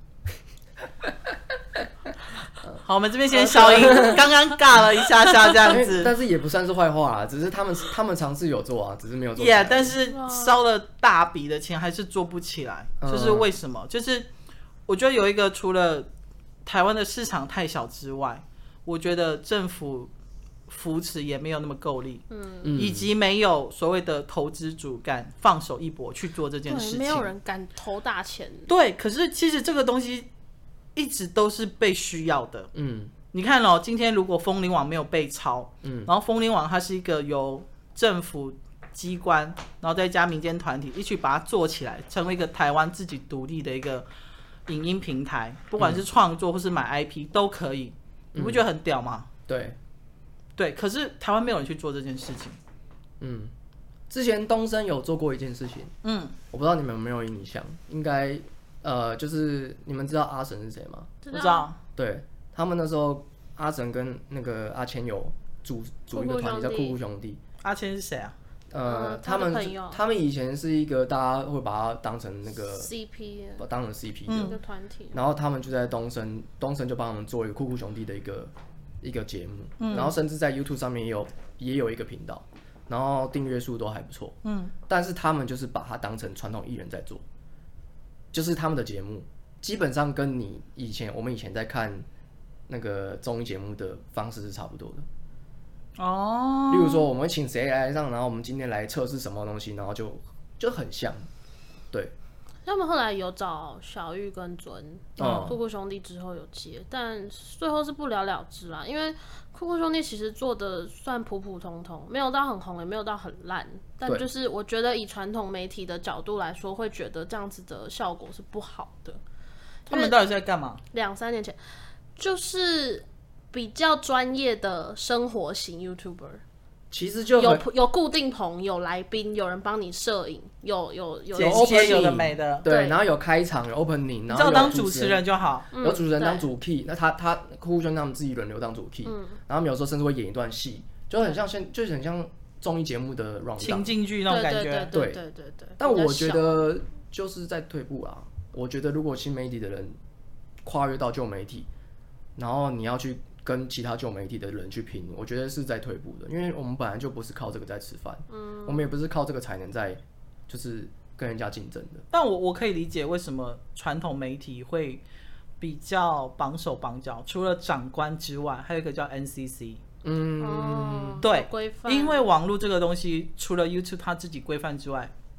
Speaker 3: 好，我们这边先消音，刚刚尬了一下这样子，
Speaker 2: 但是也不算是坏话啦，只是他们尝试有做啊，只是没有做起来。
Speaker 3: 但是烧了大笔的钱还是做不起来，就是为什么？就是我觉得有一个，除了台湾的市场太小之外，我觉得政府扶持也没有那么够力，以及没有所谓的投资主敢放手一搏去做这件事情，
Speaker 1: 没有人敢投大钱。
Speaker 3: 对，可是其实这个东西一直都是被需要的。你看今天如果风铃网没有被抄，然后风铃网它是一个由政府机关，然后再加民间团体一起把它做起来，成为一个台湾自己独立的一个影音平台，不管是创作或是买 IP 都可以，你不觉得很屌吗？对，可是台湾没有人去做这件事情。
Speaker 2: 之前东森有做过一件事情，我不知道你们有没有印象，应该就是你们知道阿神是谁吗？
Speaker 3: 我知道。
Speaker 2: 对，他们那时候阿神跟那个阿谦有组一个团体叫酷酷兄弟。
Speaker 3: 阿谦是谁啊？
Speaker 2: 他们以前是一个大家会把它当成那个
Speaker 1: CP，
Speaker 2: 当成 CP 的
Speaker 1: 一个团体。
Speaker 2: 然后他们就在东森就帮他们做一个酷酷兄弟的一个节目，然后甚至在 YouTube 上面也有一个频道，然后订阅数都还不错。但是他们就是把它当成传统艺人在做，就是他们的节目基本上跟我们以前在看那个综艺节目的方式是差不多的。例如说我们会请谁来上，然后我们今天来测试什么东西，然后就很像。对，
Speaker 1: 他们后来有找小玉跟尊酷酷兄弟之后有接，但最后是不了了之啦。因为酷酷兄弟其实做的算普普通通，没有到很红，也没有到很烂。但就是我觉得以传统媒体的角度来说，会觉得这样子的效果是不好的。
Speaker 3: 他们到底是在干嘛
Speaker 1: ？2-3年前，就是比较专业的生活型 YouTuber。
Speaker 2: 其实就
Speaker 1: 有固定棚，有来宾，有人帮你摄影，有
Speaker 3: 剪接，有的没的，
Speaker 2: 对，然后有开场，有 opening， 然后
Speaker 3: 有当主持人就好，
Speaker 2: 有主持人当主 key，那他酷酷兄弟他们自己轮流当主 key，然后他们有时候甚至会演一段戏，就很像综艺节目的 round down
Speaker 3: 情境剧那种感觉，
Speaker 1: 对。
Speaker 2: 但我觉得就是在退步啊，我觉得如果新媒体的人跨越到旧媒体，然后你要去跟其他旧媒体的人去拼，我觉得是在退步的，因为我们本来就不是靠这个在吃饭，我们也不是靠这个才能在就是跟人家竞争的。
Speaker 3: 但我可以理解为什么传统媒体会比较绑手绑脚，除了长官之外，还有一个叫 NCC。对，因为网络这个东西，除了 YouTube 它自己规范之外，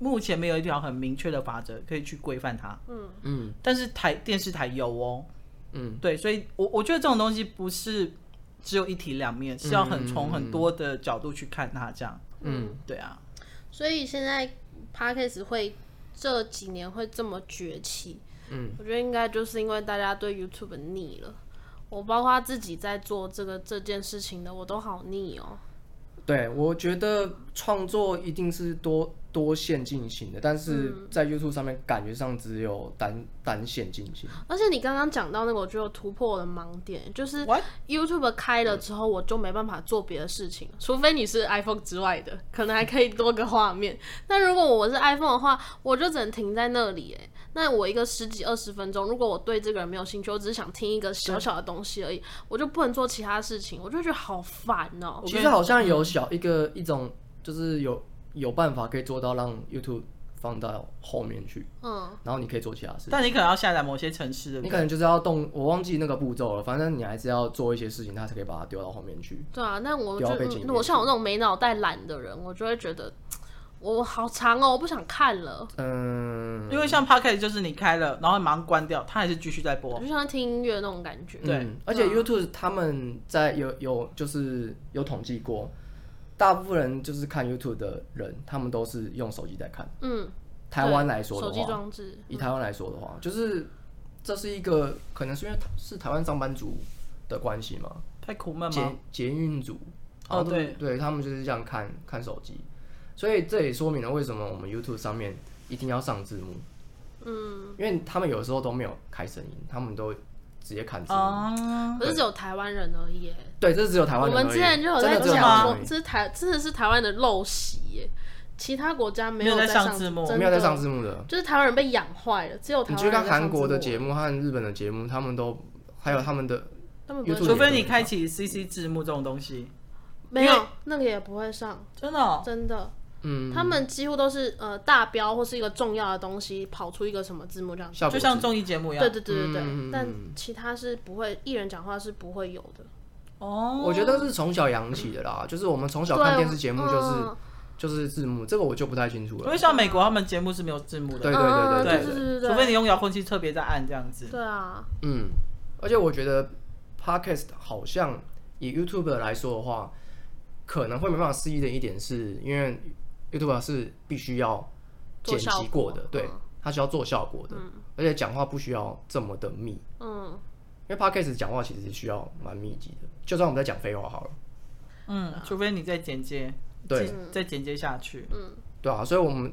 Speaker 3: 目前没有一条很明确的法则可以去规范它。但是电视台有哦。对，所以我觉得这种东西不是只有一体两面，是要从很多的角度去看它这样。对啊。
Speaker 1: 所以现在 Podcast 会这几年会这么崛起，我觉得应该就是因为大家对 YouTube 腻了。我包括自己在做这件事情的，我都好腻哦。
Speaker 2: 对，我觉得创作一定是多线进行的，但是在 YouTube 上面感觉上只有单线进行。
Speaker 1: 而且你刚刚讲到那个，我觉得突破我的盲点，就是 YouTube 开了之后，我就没办法做别的事情，除非你是 iPhone 之外的，可能还可以多个画面。但如果我是 iPhone 的话，我就只能停在那里。那我一个10几20分钟，如果我对这个人没有兴趣，我只是想听一个小小的东西而已，我就不能做其他事情，我就觉得好烦哦。
Speaker 2: 其实好像有一种就是有办法可以做到让 YouTube 放到后面去，然后你可以做其他事情。
Speaker 3: 但你可能要下载某些程式，
Speaker 2: 你可能就是要我忘记那个步骤了，反正你还是要做一些事情，它才可以把它丢到后面去。
Speaker 1: 对啊，那我像我那种没脑袋懒的人，我就会觉得我好长哦，我不想看了。
Speaker 3: 因为像 Podcast 就是你开了，然后马上关掉，它还是继续在播，
Speaker 1: 就像听音乐那种感觉。
Speaker 2: 对，而且 YouTube 他们就是有统计过。大部分人就是看 YouTube 的人，他们都是用手机在看。台湾来说的话，
Speaker 1: 手机装置。
Speaker 2: 以台湾来说的话，就是这是一个可能是因为是台湾上班族的关系嘛，
Speaker 3: 太苦闷吗？
Speaker 2: 捷运族。对，他们就是这样看手机，所以这也说明了为什么我们 YouTube 上面一定要上字幕。因为他们有时候都没有开声音，他们都直接看字幕。
Speaker 1: 可是只有台湾人而已。
Speaker 2: 对，这是只有台湾人而已。
Speaker 1: 我们之前就有在讲说，真的是台湾的陋习耶，其他国家没有在上字幕，
Speaker 2: 没有在上字幕的，
Speaker 1: 就是台湾人被养坏了，只有台湾人在上字幕。
Speaker 2: 你去看韩国的节目和日本的节目，他们都还有他们的 YouTube，
Speaker 3: 除非你开启 CC 字幕这种东西，
Speaker 1: 没有那个也不会上，
Speaker 3: 真的
Speaker 1: 真的。他们几乎都是大标或是一个重要的东西跑出一个什么字幕这样子，
Speaker 3: 就像综艺节目一样。
Speaker 1: 对，但其他是不会，艺人讲话是不会有的。
Speaker 2: 我觉得是从小养起的啦，就是我们从小看电视节目就是字幕，这个我就不太清楚了。
Speaker 3: 因为像美国他们节目是没有字幕的，
Speaker 1: 对，
Speaker 3: 除非你用遥控器特别在按这样子。
Speaker 1: 对啊，
Speaker 2: 而且我觉得 Podcast 好像以 YouTube 来说的话，可能会没办法适应的一点是因为 YouTube 是必须要剪辑过的，对，它需要做效果的，而且讲话不需要这么的密，因为 Podcast 讲话其实需要蛮密集的，就算我们在讲废话好了，
Speaker 3: 除非你再剪接，
Speaker 2: 对，
Speaker 3: 再剪接下去，
Speaker 2: 对啊，所以我们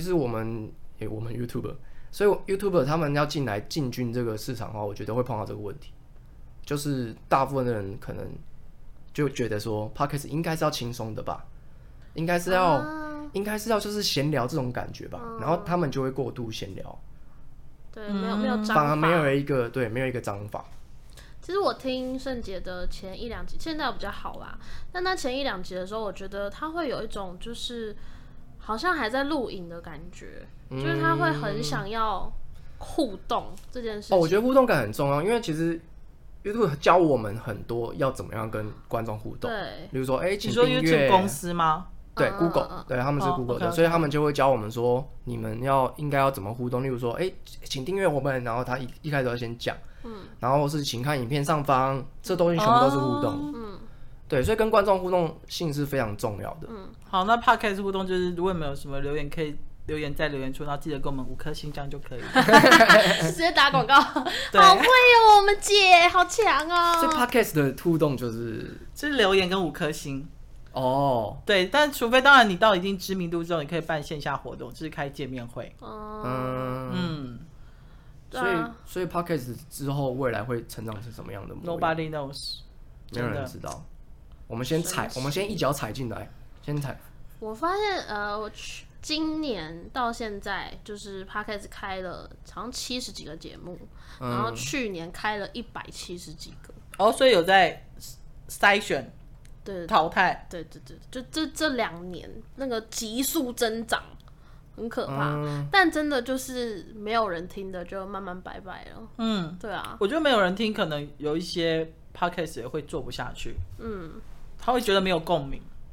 Speaker 2: YouTuber， 所以 YouTuber 他们要进军这个市场的话，我觉得会碰到这个问题，就是大部分的人可能就觉得说 Podcast 应该是要轻松的吧，应该是要就是闲聊这种感觉吧，然后他们就会过度闲聊，
Speaker 1: 对，没有章法，
Speaker 2: 反而没有一个章法。
Speaker 1: 其实我听圣杰的前1、2集，现在比较好啦。但他前1、2集的时候，我觉得他会有一种就是好像还在录影的感觉，就是他会很想要互动这件事情。
Speaker 2: 我觉得互动感很重要，因为其实 YouTube 教我们很多要怎么样跟观众互动。
Speaker 1: 对，
Speaker 2: 比如说，请
Speaker 3: 你说
Speaker 2: 订阅
Speaker 3: YouTube 公司吗？
Speaker 2: 对 ，Google， 对，他们是 Google 的，所以他们就会教我们说，你们应该要怎么互动。例如说，请订阅我们，然后他一开始要先讲，然后是请看影片上方，这东西全部都是互动，对，所以跟观众互动性是非常重要的。
Speaker 3: 好，那 Podcast 互动就是如果你们有什么留言可以留言在留言处，然后记得给我们5颗星，这样就可以了。
Speaker 1: 直接打广告，好会哦，我们姐好强哦。
Speaker 2: 所以 Podcast 的互动就是
Speaker 3: 留言跟5颗星。
Speaker 2: 对，
Speaker 3: 但除非当然你到一定知名度之后，你可以办线下活动，就是开见面会。
Speaker 2: 所以 Podcast 之后未来会成长成什么样的模样
Speaker 3: ？Nobody knows，
Speaker 2: 没有人知道。我们先一脚踩进来，先踩。
Speaker 1: 我发现我今年到现在就是 Podcast 开了好像70几个节目，然后去年开了170几个。
Speaker 3: 所以有在筛选。
Speaker 1: 对，
Speaker 3: 淘汰，
Speaker 1: 对，就这2年那个急速增长很可怕，但真的就是没有人听的就慢慢拜拜了。对啊，
Speaker 3: 我觉得没有人听，可能有一些 podcast 也会做不下去。他会觉得没有共鸣。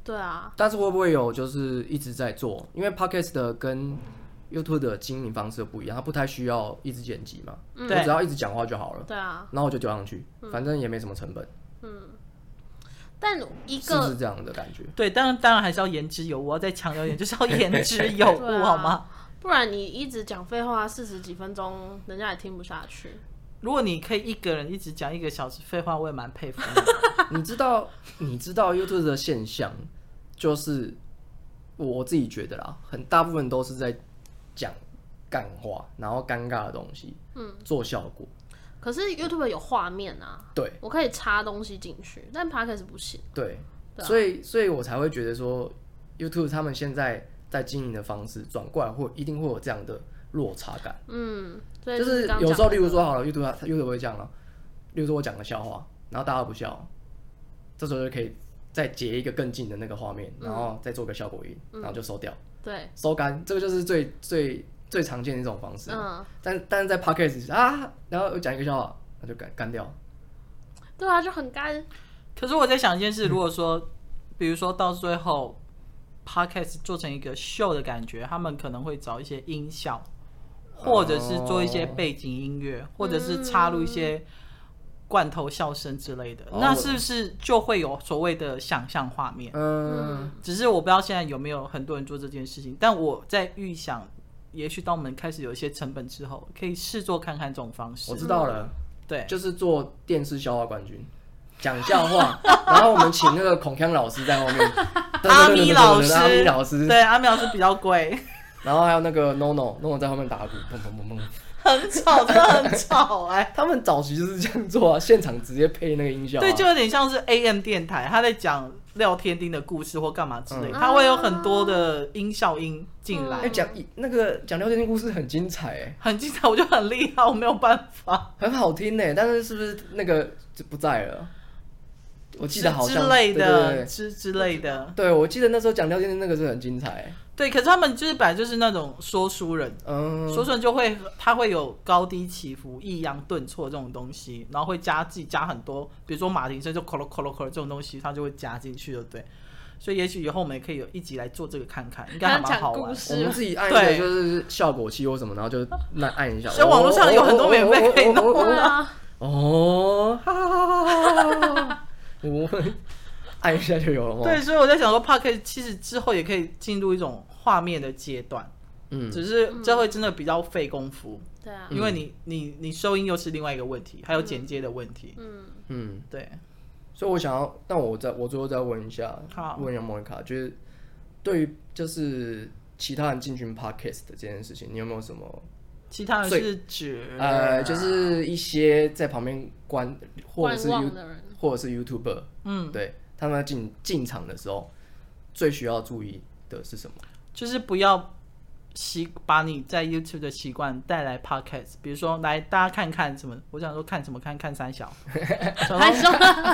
Speaker 1: 对啊，
Speaker 2: 但是会不会有就是一直在做？因为 Podcast 的跟 YouTube 的经营方式不一样，它不太需要一直剪辑嘛，我只要一直讲话就好了。
Speaker 1: 对啊，
Speaker 2: 然后我就丢上去，反正也没什么成本。
Speaker 1: 但一
Speaker 2: 是不
Speaker 1: 个
Speaker 2: 是这样的感觉？
Speaker 3: 对，当然还是要言之有物，我要再强调一点，就是要言之有物，
Speaker 1: 对啊
Speaker 3: 好吗？
Speaker 1: 不然你一直讲废话40几分钟，人家也听不下去。
Speaker 3: 如果你可以一个人一直讲1个小时废话，我也蛮佩服的。
Speaker 2: 你知道 YouTube 的现象，就是我自己觉得啦，很大部分都是在讲干话，然后尴尬的东西，做效果。
Speaker 1: 可是 YouTube 有画面啊，
Speaker 2: 对，
Speaker 1: 我可以插东西进去，但 Podcast 不行。
Speaker 2: 对，
Speaker 1: 对啊
Speaker 2: 所以我才会觉得说 YouTube 他们现在在经营的方式转过来，一定会有这样的落差感。
Speaker 1: 所以
Speaker 2: 就是
Speaker 1: 刚
Speaker 2: 有时候，
Speaker 1: 讲的
Speaker 2: 例如说好了，YouTube 会这样了，例如说我讲个笑话，然后大家不笑，这时候就可以再截一个更近的那个画面，然后再做个效果音，然后就收掉，
Speaker 1: 对，
Speaker 2: 收干，这个就是最常见的一种方式。但是在 Podcast 啊，然后我讲一个笑话，那就干掉。
Speaker 1: 对啊，就很干。
Speaker 3: 可是我在想一件事，如果说，比如说到最后 Podcast 做成一个秀的感觉，他们可能会找一些音效，或者是做一些背景音乐，或者是插入一些罐头笑声之类的，那是不是就会有所谓的想象画面？只是我不知道现在有没有很多人做这件事情，但我在预想，也许当我们开始有一些成本之后，可以试做看看这种方式。
Speaker 2: 我知道了，
Speaker 3: 对，
Speaker 2: 就是做电视笑话冠军，讲笑话，然后我们请那个孔锵老师在后面，
Speaker 3: 阿咪老师，
Speaker 2: 阿咪老师，
Speaker 3: 对，阿咪老师比较贵，
Speaker 2: 然后还有那个 NONO 在后面打鼓，砰砰砰砰。
Speaker 3: 很吵，真的很吵哎！
Speaker 2: 他们早期就是这样做啊，现场直接配那个音效、啊。
Speaker 3: 对，就有点像是 AM 电台，他在讲廖天丁的故事或干嘛之类的，他会有很多的音效音进来。
Speaker 2: 讲廖天丁故事很精彩哎，
Speaker 3: 很精彩，我就很厉害，我没有办法，
Speaker 2: 很好听哎，但是是不是那个就不在了？我记得好像
Speaker 3: 之类的，
Speaker 2: 对
Speaker 3: 之类的。
Speaker 2: 对，我记得那时候讲廖天丁那个是很精彩。
Speaker 3: 对，可是他们就是本来就是那种说书人，说书人就会他会有高低起伏、抑扬顿挫这种东西，然后会自己加很多，比如说马蹄声就咯咯咯咯这种东西，他就会加进去，对不对？所以也许以后我们也可以有一集来做这个看看，应该还蛮好玩。
Speaker 2: 我们自己按一个就是效果器或什么，然后就按一下。
Speaker 3: 所以网络上有很多免费可以弄
Speaker 1: 啊。
Speaker 2: 哦，哈哈哈哈！我按一下就有了。
Speaker 3: 对，所以我在想说 Podcast 其实之后也可以进入一种画面的阶段，只是这会真的比较费功夫，
Speaker 1: 对啊，
Speaker 3: 因为你收音又是另外一个问题，还有剪接的问题，对。
Speaker 2: 所以我想要，但我最后再问一下，问一下莫妮卡，就是对于就是其他人进军 Podcast 的这件事情，你有没有什么？
Speaker 3: 其他人是指
Speaker 2: 就是一些在旁边或者是
Speaker 1: 或者
Speaker 2: 是 YouTuber， 对，他们进场的时候最需要注意的是什么？就是
Speaker 3: 不要把你在 YouTube 的习惯带来 Podcast， 比如说来大家看看什么，我想说看什么看三小，
Speaker 1: 还说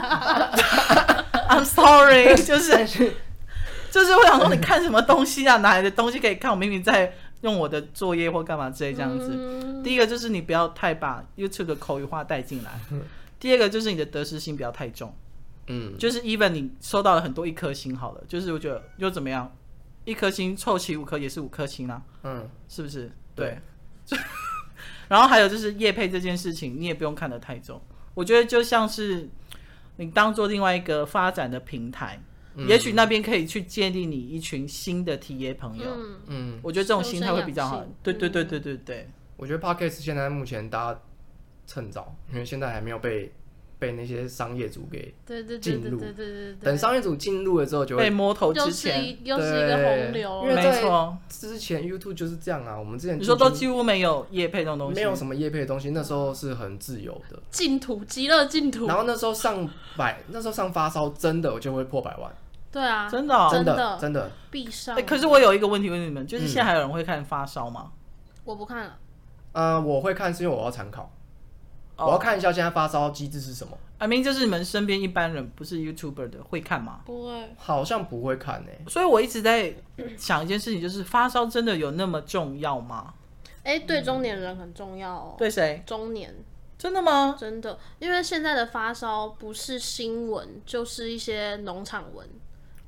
Speaker 3: I'm sorry， 就是我想说你看什么东西啊，哪来的东西可以看？我明明在用我的作业或干嘛之类这样子。第一个就是你不要太把 YouTube 的口语化带进来，第二个就是你的得失心不要太重。就是 even 你收到了很多1颗星好了，就是我觉得又怎么样，1颗星凑齐5颗也是5颗星啊，是不是？对。然后还有就是业配这件事情，你也不用看得太重。我觉得就像是你当做另外一个发展的平台，也许那边可以去建立你一群新的 TA 朋友。我觉得这种心态会比较好。对。
Speaker 2: 我觉得 Podcast 现在目前大家趁早，因为现在还没有被那些商业组给进入，等商业组进入了之后，就会
Speaker 3: 被摸头之前，
Speaker 1: 又是一个洪流。
Speaker 2: 因为
Speaker 3: 没错，
Speaker 2: 之前 YouTube 就是这样啊。我们之前
Speaker 3: 你说都几乎没有业配这种东西，
Speaker 2: 没有什么业配的东西，那时候是很自由的
Speaker 1: 极乐净土。
Speaker 2: 然后那时候上发烧，真的就会破100万。
Speaker 1: 对啊，
Speaker 3: 真的
Speaker 2: 真的
Speaker 1: 必上。
Speaker 3: 可是我有一个问题问你们，就是现在还有人会看发烧吗？
Speaker 1: 我不看了。
Speaker 2: 我会看是因为我要参考。我要看一下现在发烧机制是什么。
Speaker 3: I mean， 就是你们身边一般人不是 YouTuber 的会看吗？
Speaker 1: 不会，
Speaker 2: 好像不会看
Speaker 3: 所以我一直在想一件事情，就是发烧真的有那么重要吗？
Speaker 1: 对中年人很重要哦。
Speaker 3: 对谁？
Speaker 1: 中年。
Speaker 3: 真的吗？
Speaker 1: 真的，因为现在的发烧不是新闻，就是一些农场文。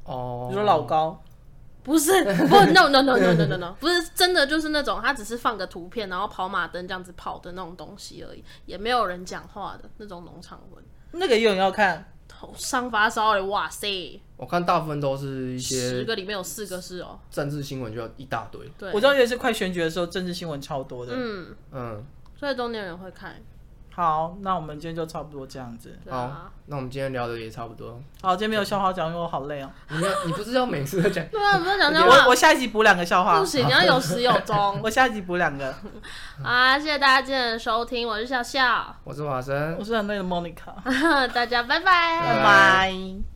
Speaker 2: 哦，
Speaker 3: 你说老高？
Speaker 1: 不是，不 no no no no no no no， 不是真的就是那种，他只是放个图片，然后跑马灯这样子跑的那种东西而已，也没有人讲话的那种农场文。
Speaker 3: 那个也有人要看，
Speaker 1: 头上发烧了，哇塞！
Speaker 2: 我看大部分都是一些
Speaker 1: 10个里面有4个是哦，
Speaker 2: 政治新闻，就一大堆。
Speaker 1: 对，
Speaker 3: 我知道有一次快选举的时候，政治新闻超多的。
Speaker 1: 所以中年人会看。
Speaker 3: 好，那我们今天就差不多这样子。
Speaker 2: 好，那我们今天聊的也差不多。
Speaker 3: 好，今天没有笑话讲，因为我好累哦。
Speaker 2: 你不是要每次都讲？
Speaker 1: 对啊，不是讲笑话。
Speaker 3: 我下一集补2个笑话。
Speaker 1: 不行，你要有始有终。
Speaker 3: 我下一集补2个。
Speaker 1: 好，谢谢大家今天的收听，我是笑笑，
Speaker 2: 我是华生，
Speaker 3: 我是很累的 Monica。
Speaker 1: 大家拜拜，
Speaker 3: 拜拜。